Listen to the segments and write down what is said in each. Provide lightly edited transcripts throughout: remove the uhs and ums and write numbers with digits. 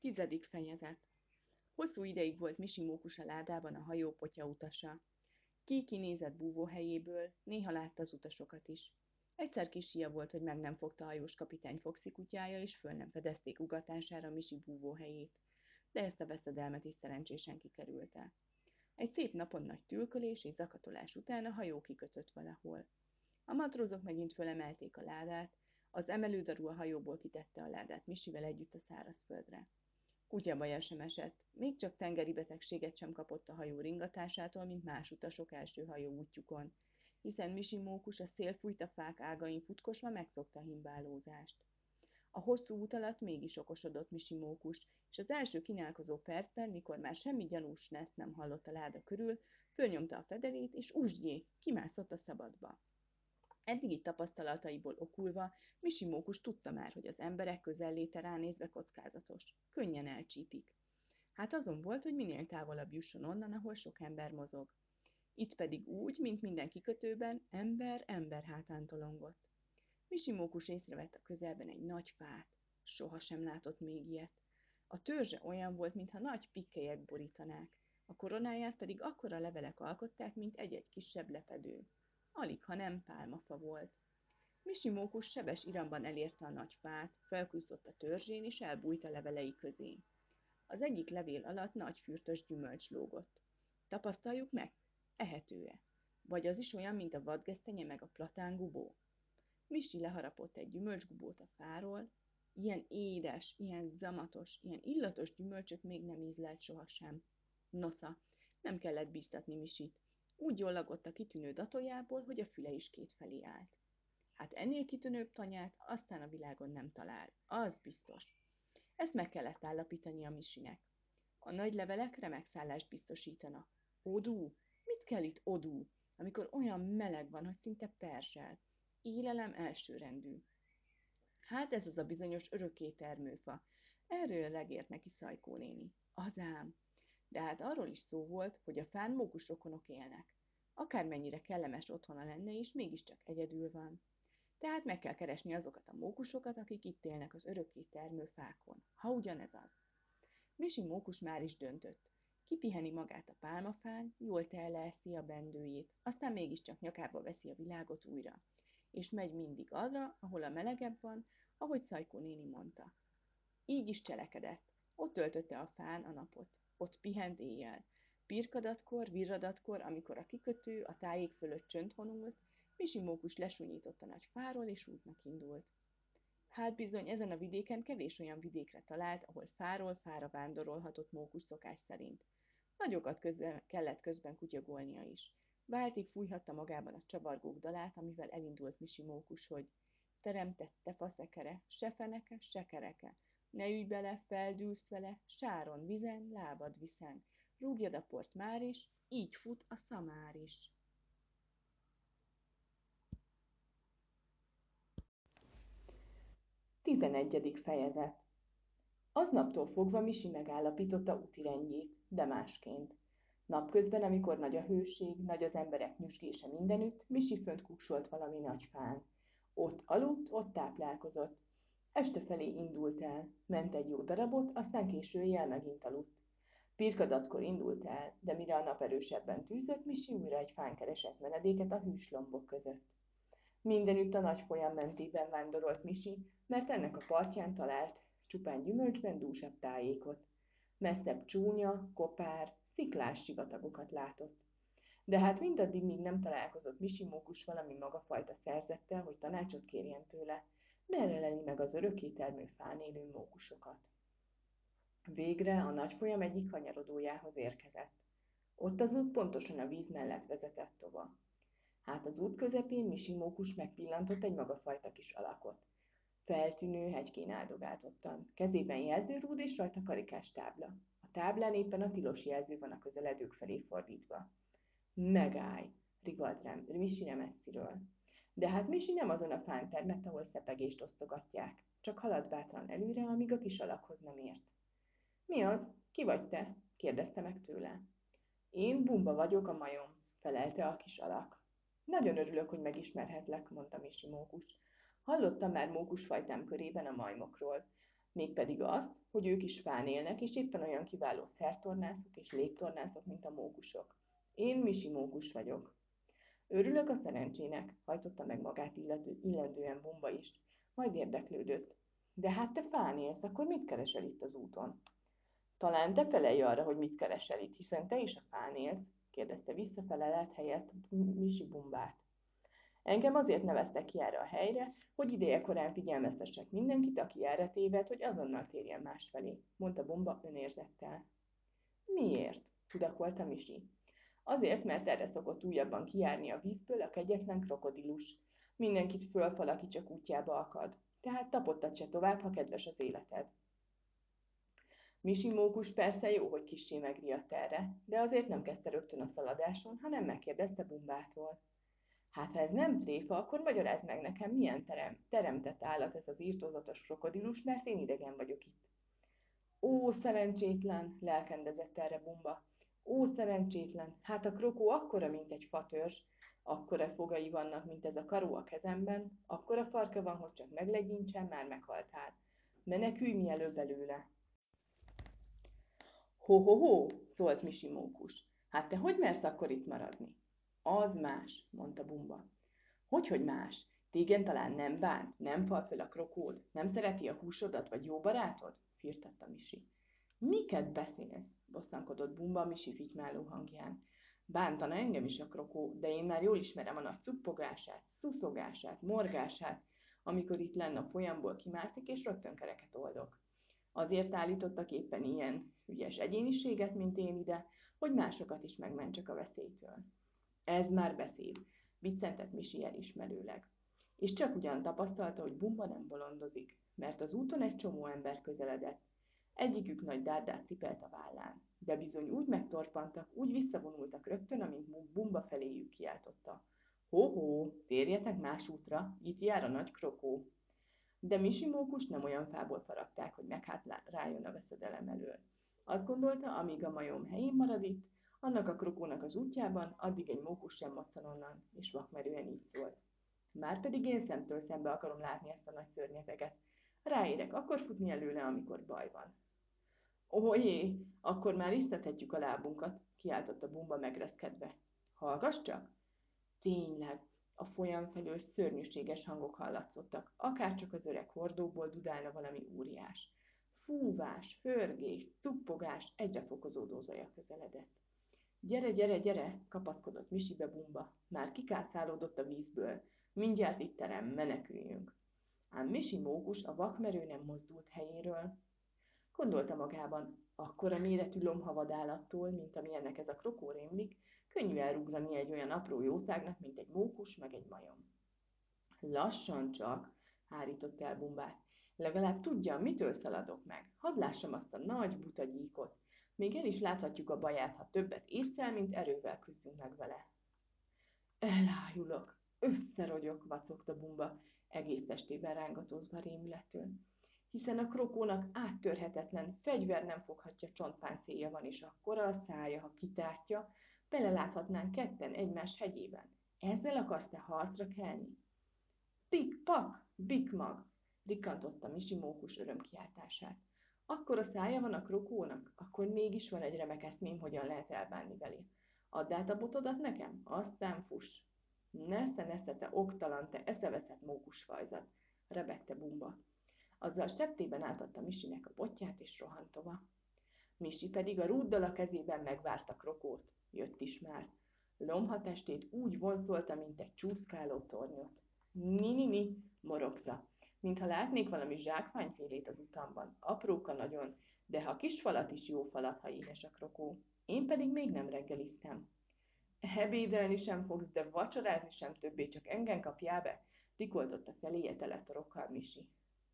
10. fejezet. Hosszú ideig volt Misi mókus a ládában a hajó potyautasa. Kinézett búvóhelyéből, néha látta az utasokat is. Egyszer kis hülye volt, hogy meg nem fogta a hajós kapitány Foxy kutyája, és föl nem fedezték ugatására Misi búvóhelyét. De ezt a veszedelmet is szerencsésen kikerülte. Egy szép napon nagy tülkölés és zakatolás után a hajó kikötött valahol. A matrózok megint fölemelték a ládát, az emelődaru a hajóból kitette a ládát Misivel együtt a szárazföldre. Kutyabaja sem esett, még csak tengeri betegséget sem kapott a hajó ringatásától, mint más utasok első hajó útjukon, hiszen Misi mókus a szél fújta fák ágain futkosva megszokta a himbálózást. A hosszú út alatt mégis okosodott Misi mókus, és az első kínálkozó percben, mikor már semmi gyanús neszt nem hallott a láda körül, fölnyomta a fedelét, és usdjé, kimászott a szabadba. Eddigi tapasztalataiból okulva Misi mókus tudta már, hogy az emberek közelléte ránézve kockázatos. Könnyen elcsípik. Hát azon volt, hogy minél távolabb jusson onnan, ahol sok ember mozog. Itt pedig úgy, mint minden kikötőben, ember hátán tolongott. Misi mókus észrevett a közelben egy nagy fát. Soha sem látott még ilyet. A törzse olyan volt, mintha nagy pikkelyek borítanák. A koronáját pedig akkora levelek alkották, mint egy-egy kisebb lepedő. Alig, ha nem pálmafa volt. Misi mókus sebes iramban elérte a nagy fát, felkúszott a törzsén, és elbújt a levelei közé. Az egyik levél alatt nagy fürtös gyümölcs lógott. Tapasztaljuk meg, ehető-e? Vagy az is olyan, mint a vadgesztenye meg a platángubó? Misi leharapott egy gyümölcsgubót a fáról. Ilyen édes, ilyen zamatos, ilyen illatos gyümölcsöt még nem ízlelt sohasem. Nosza, nem kellett bíztatni Misit. Úgy jollagott a kitűnő datójából, hogy a füle is kétfelé állt. Hát ennél kitűnőbb tanyát aztán a világon nem talál, az biztos. Ezt meg kellett állapítani a Misinek. A nagy levelek remek szállást biztosítanak. Odú? Mit kell itt odú, amikor olyan meleg van, hogy szinte perzsel? Élelem elsőrendű. Hát ez az a bizonyos örökké termőfa. Erről legért neki Szajkó néni. Az ám. De hát arról is szó volt, hogy a fán mókus rokonok élnek. Akármennyire kellemes otthona lenne is, mégiscsak egyedül van. Tehát meg kell keresni azokat a mókusokat, akik itt élnek az örökké termő fákon, ha ugyanez az. Misi mókus már is döntött. Kipiheni magát a pálmafán, jól telleeszi a bendőjét, aztán mégiscsak nyakába veszi a világot újra. És megy mindig arra, ahol a melegebb van, ahogy Szajkó néni mondta. Így is cselekedett. Ott töltötte a fán a napot. Ott pihent éjjel. Pirkadatkor, virradatkor, amikor a kikötő a tájék fölött csönd honult, Misi mókus lesúnyított a nagy fáról, és útnak indult. Hát bizony, ezen a vidéken kevés olyan vidékre talált, ahol fáról fára vándorolhatott mókus szokás szerint. Nagyokat kellett közben kutyagolnia is. Váltig fújhatta magában a csavargók dalát, amivel elindult Misi mókus, hogy teremtette faszekere, se feneke, se kereke. Ne ülj bele, feldűlsz vele, sáron, vizen, lábad viszen. Rúgjad a port már is, így fut a szamár is. 11. fejezet. Aznaptól fogva Misi megállapította útirendjét, de másként. Napközben, amikor nagy a hőség, nagy az emberek nyüzsgése mindenütt, Misi fönt kuksolt valami nagy fán. Ott aludt, ott táplálkozott. Este felé indult el, ment egy jó darabot, aztán késő éjjel megint aludt. Pirkadatkor indult el, de mire a nap erősebben tűzött, Misi újra egy fán keresett menedéket a hűs lombok között. Mindenütt a nagy folyam mentében vándorolt Misi, mert ennek a partján talált csupán gyümölcsben dúsabb tájékot. Messzebb csúnya, kopár, sziklás sivatagokat látott. De hát mindaddig, míg nem találkozott Misi mókus valami magafajta szerzettel, hogy tanácsot kérjen tőle, merre leli meg az örökké termő fán élő mókusokat. Végre a nagy folyam egyik kanyarodójához érkezett. Ott az út pontosan a víz mellett vezetett tova. Hát az út közepén Misi mókus megpillantott egy magafajta kis alakot. Feltűnő hegykén áldogáltottan, kezében jelzőrúd és rajta karikás tábla. A táblán éppen a tilos jelző van a közeledők felé fordítva. Megállj, rivalt rám Misi nem messziről. De hát Misi nem azon a fán termett, ahol szepegést osztogatják, csak halad bátran előre, amíg a kis alakhoz nem ért. Mi az? Ki vagy te? Kérdezte meg tőle. Én Bumba vagyok, a majom, felelte a kis alak. Nagyon örülök, hogy megismerhetlek, mondta Misi mókus. Hallottam már mókusfajtám körében a majmokról. Mégpedig azt, hogy ők is fán élnek, és éppen olyan kiváló szertornászok és légtornászok, mint a mókusok. Én Misi mókus vagyok. Örülök a szerencsének, hajtotta meg magát illendően Bumba is, majd érdeklődött. De hát te fán élsz, akkor mit keresel itt az úton? Talán te felelj arra, hogy mit keresel itt, hiszen te is a fán élsz, kérdezte visszafelelet helyett Misi Bumbát. Engem azért neveztek ki erre a helyre, hogy idejekorán figyelmeztessek mindenkit, aki erre téved, hogy azonnal térjen másfelé, mondta Bumba önérzettel. Miért? Tudakolta Misi. Azért, mert erre szokott újabban kijárni a vízből a kegyetlen krokodilus. Mindenkit fölfal, aki csak útjába akad. Tehát tapottad se tovább, ha kedves az életed. Misi mókus persze jó, hogy kissé megriadt erre, de azért nem kezdte rögtön a szaladáson, hanem megkérdezte Bumbától. Hát ha ez nem tréfa, akkor magyarázd meg nekem, milyen teremtett állat ez az írtózatos krokodilus, mert én idegen vagyok itt. Ó, szerencsétlen, lelkendezett erre Bumba. Ó, szerencsétlen, hát a krokó akkora, mint egy fatörzs, akkora fogai vannak, mint ez a karó a kezemben, akkora farka van, hogy csak meglegyintsen, már meghaltál. Menekülj mielőbb belőle. Ho-ho-ho, szólt Misi mókus. Hát te hogy mersz akkor itt maradni? Az más, mondta Bumba. Hogy más? Téged talán nem bánt, nem fal föl a krokód, nem szereti a húsodat, vagy jó barátod? Firtatta Misi. Miket beszélsz? Bosszankodott Bumba Misi fitymáló hangján. Bántana engem is a krokó, de én már jól ismerem a nagy cuppogását, szuszogását, morgását, amikor itt lenne a folyamból kimászik, és rögtön kereket oldok. Azért állítottak éppen ilyen ügyes egyéniséget, mint én ide, hogy másokat is megmentsek a veszélytől. Ez már beszéd, viccentett Misi elismerőleg. És csak ugyan tapasztalta, hogy Bumba nem bolondozik, mert az úton egy csomó ember közeledett. Egyikük nagy dárdát cipelt a vállán, de bizony úgy megtorpantak, úgy visszavonultak rögtön, amint Bumba feléjük kiáltotta. Ho-ho, térjetek más útra, itt jár a nagy krokó. De Misi mókus nem olyan fából faragták, hogy rájön a veszedelem elől. Azt gondolta, amíg a majom helyén marad itt, annak a krokónak az útjában, addig egy mókus sem moccan onnan, és vakmerően így szólt. Márpedig én szemtől szembe akarom látni ezt a nagy szörnyeteget. Ráérek akkor futni előle, amikor baj van. Ohé, akkor már isztethetjük a lábunkat, kiáltotta Bumba megreszkedve. Hallgass csak! Tényleg, a folyam felől szörnyűséges hangok hallatszottak, akárcsak az öreg hordóból dudálna valami óriás. Fúvás, hörgés, cuppogás, egyre fokozódó zaja közeledett. Gyere, gyere, gyere, kapaszkodott Misibe Bumba, már kikászálódott a vízből, mindjárt itt terem, meneküljünk. Ám Misi mókus a vakmerő nem mozdult helyéről. Gondolta magában, akkora méretű lomhavadállattól, mint amilyennek ez a krokó rémlik, könnyű elrugrani egy olyan apró jószágnak, mint egy mókus meg egy majom. Lassan csak, hárított el Bumbát. Legalább tudjam, mitől szaladok meg. Hadd lássam azt a nagy buta gyíkot. Még el is láthatjuk a baját, ha többet ésszel, mint erővel küzdünk meg vele. Elájulok, összerogyok, vacogta Bumba, egész testében rángatózva rémülettől. Hiszen a krokónak áttörhetetlen, fegyver nem foghatja csontpáncélja van, és akkora a szája, ha kitártja, beleláthatnánk ketten egymás hegyében. Ezzel akarsz te harcra kelni? Pik-pak, bikmag, rikkantotta Misi mókus örömkiáltását. Akkor a szája van a krokónak, akkor mégis van egy remek eszmém, hogyan lehet elbánni vele. Add át a botodat nekem, aztán fuss. Nesze, te oktalan, te eszeveszett mókusfajzat, rebegte Bumba. Azzal septében átadta Misinek a botját, és rohant tovább. Misi pedig a rúddal a kezében megvárta krokót. Jött is már. Lomhatestét úgy vonszolta, mint egy csúszkáló tornyot. Ni, morogta, mintha látnék valami zsákmányfélét az utamban. Apróka nagyon, de ha kis falat is jó falat, ha éhes a krokó. Én pedig még nem reggeliztem. Ebédelni sem fogsz, de vacsorázni sem többé, csak engem kapjál be, rikoltotta feléje tele torokkal Misi.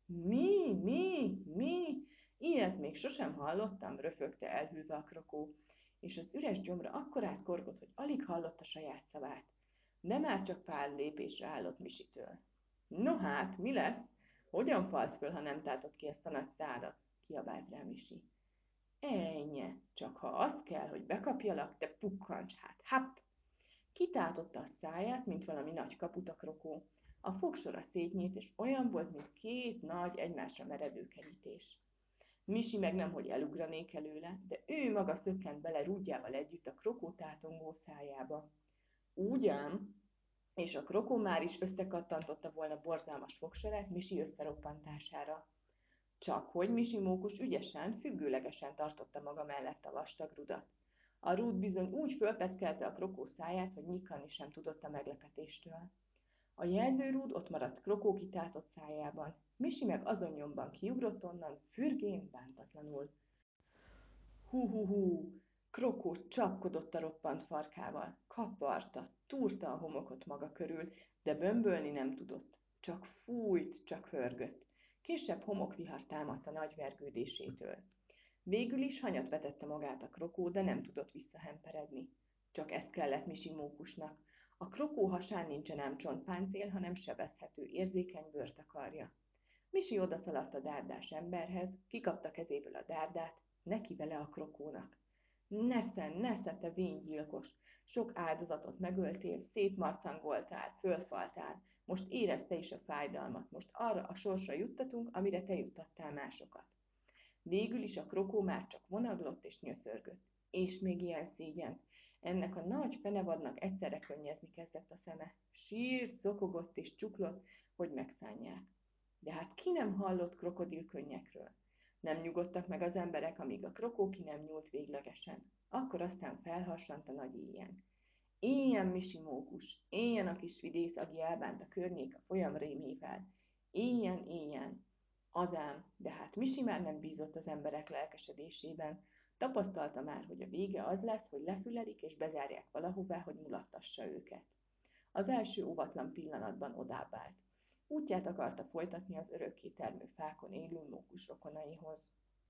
Mi? Ilyet még sosem hallottam, röfögte elhűlve a krokó, és az üres gyomra akkorát korgott, hogy alig hallotta saját szavát. De már csak pár lépésre állott Misitől. No hát, mi lesz? Hogyan falsz föl, ha nem tátod ki ezt a nagy szárat? Kiabált rá Misi. Ennyi, csak ha az kell, hogy bekapjalak, te pukkancs, hát, happ! Kitátotta a száját, mint valami nagy kaput a krokó. A fogsora szétnyílt, és olyan volt, mint két nagy, egymásra meredő kerítés. Misi meg nemhogy elugranék előle, de ő maga szökkent bele rúdjával együtt a krokó tátongó szájába. Úgy ám, és a krokó már is összekattantotta volna borzalmas fogsorát Misi összeroppantására. Csak hogy Misi mókus ügyesen, függőlegesen tartotta maga mellett a vastag rudat. A rúd bizony úgy fölpeckelte a krokó száját, hogy nyikkanni sem tudott a meglepetéstől. A jelzőrúd ott maradt Krokó kitátott szájában, Misi meg azon nyomban kiugrott onnan, fürgén, bántatlanul. Hú! Krokó csapkodott a roppant farkával, kaparta, túrta a homokot maga körül, de bömbölni nem tudott. Csak fújt, csak hörgött. Kisebb homokvihar támadt a nagy vergődésétől. Végül is hanyat vetette magát a krokó, de nem tudott visszahemperedni. Csak ez kellett Misi mókusnak. A krokó hasán nincsen ám csontpáncél, hanem sebezhető, érzékeny bőrtakarja. Misi odaszaladt a dárdás emberhez, kikapta kezéből a dárdát, neki vele a krokónak. Nesze, te vénygyilkos! Sok áldozatot megöltél, szétmarcangoltál, fölfaltál, most érezte is a fájdalmat, most arra a sorsra juttatunk, amire te juttattál másokat. Végül is a krokó már csak vonaglott és nyöszörgött. És még ilyen szégyent. Ennek a nagy fenevadnak egyszerre könnyezni kezdett a szeme. Sírt, zokogott és csuklott, hogy megszánják. De hát ki nem hallott krokodilkönnyekről? Nem nyugodtak meg az emberek, amíg a krokó ki nem nyúlt véglegesen. Akkor aztán felharsant a nagy éjjen. Éljen Misi mókus, éljen a kis vidész, aki elbánt a környék a folyam rémével. Éljen! Azám, de hát Misi már nem bízott az emberek lelkesedésében. Tapasztalta már, hogy a vége az lesz, hogy lefülelik és bezárják valahová, hogy mulattassa őket. Az első óvatlan pillanatban odább állt. Útját akarta folytatni az örökké termő fákon élő mókus rokonaihoz.